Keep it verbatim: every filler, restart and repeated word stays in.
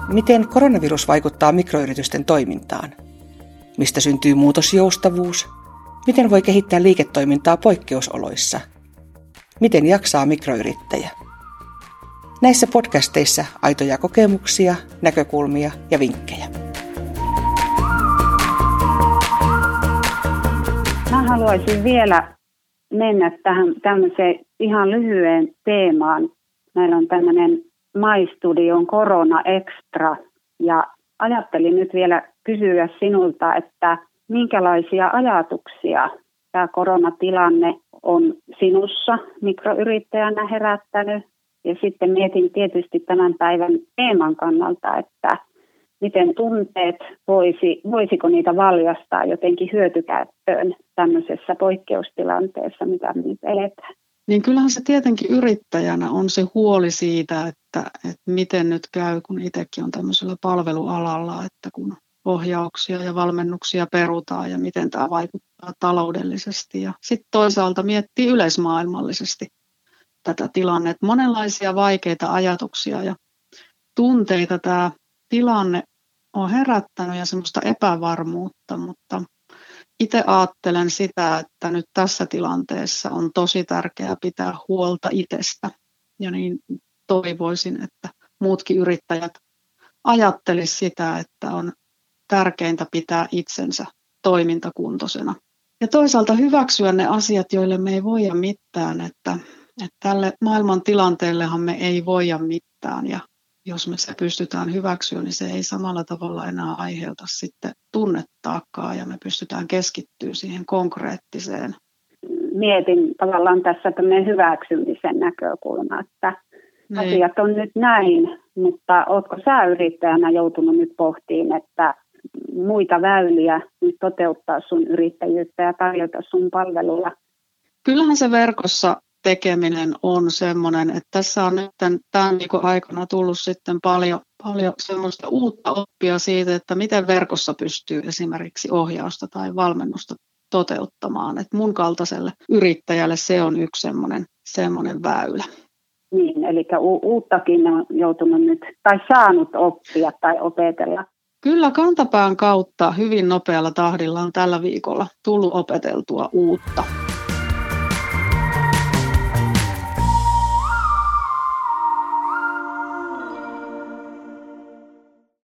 Miten koronavirus vaikuttaa mikroyritysten toimintaan? Mistä syntyy muutosjoustavuus? Miten voi kehittää liiketoimintaa poikkeusoloissa? Miten jaksaa mikroyrittäjä? Näissä podcasteissa aitoja kokemuksia, näkökulmia ja vinkkejä. Mä haluaisin vielä mennä tähän tämmöiseen ihan lyhyeen teemaan. Meillä on tämmöinen MyStudion Korona Extra ja ajattelin nyt vielä kysyä sinulta, että minkälaisia ajatuksia tämä koronatilanne on sinussa mikroyrittäjänä herättänyt. Ja sitten mietin tietysti tämän päivän teeman kannalta, että miten tunteet, voisi, voisiko niitä valjastaa jotenkin hyötykäyttöön tämmöisessä poikkeustilanteessa, mitä me nyt eletään. Niin kyllähän se tietenkin yrittäjänä on se huoli siitä, että, että miten nyt käy, kun itsekin on tämmöisellä palvelualalla, että kun ohjauksia ja valmennuksia perutaan ja miten tämä vaikuttaa taloudellisesti. Ja sitten toisaalta miettii yleismaailmallisesti tätä tilannetta. Monenlaisia vaikeita ajatuksia ja tunteita tämä tilanne on herättänyt ja semmoista epävarmuutta, mutta itse ajattelen sitä, että nyt tässä tilanteessa on tosi tärkeää pitää huolta itsestä. Ja niin toivoisin, että muutkin yrittäjät ajattelisivat sitä, että on tärkeintä pitää itsensä toimintakuntoisena. Ja toisaalta hyväksyä ne asiat, joille me ei voida mitään, että, että tälle maailman tilanteellehan me ei voida mitään. Ja jos me se pystytään hyväksyä, niin se ei samalla tavalla enää aiheuta sitten tunnetaakkaa ja me pystytään keskittyä siihen konkreettiseen. Mietin tavallaan tässä tämmöinen hyväksymisen näkökulma, että niin. Asiat on nyt näin, mutta ootko sä yrittäjänä joutunut nyt pohtiin, että muita väyliä nyt toteuttaa sun yrittäjyyttä ja tarjota sun palveluja? Kyllähän se verkossa tekeminen on semmoinen, että tässä on nyt tämän viikon aikana tullut sitten paljon, paljon semmoista uutta oppia siitä, että miten verkossa pystyy esimerkiksi ohjausta tai valmennusta toteuttamaan. Että mun kaltaiselle yrittäjälle se on yksi semmoinen, semmoinen väylä. Niin, eli u- uuttakin on joutunut nyt tai saanut oppia tai opetella. Kyllä kantapään kautta hyvin nopealla tahdilla on tällä viikolla tullut opeteltua uutta.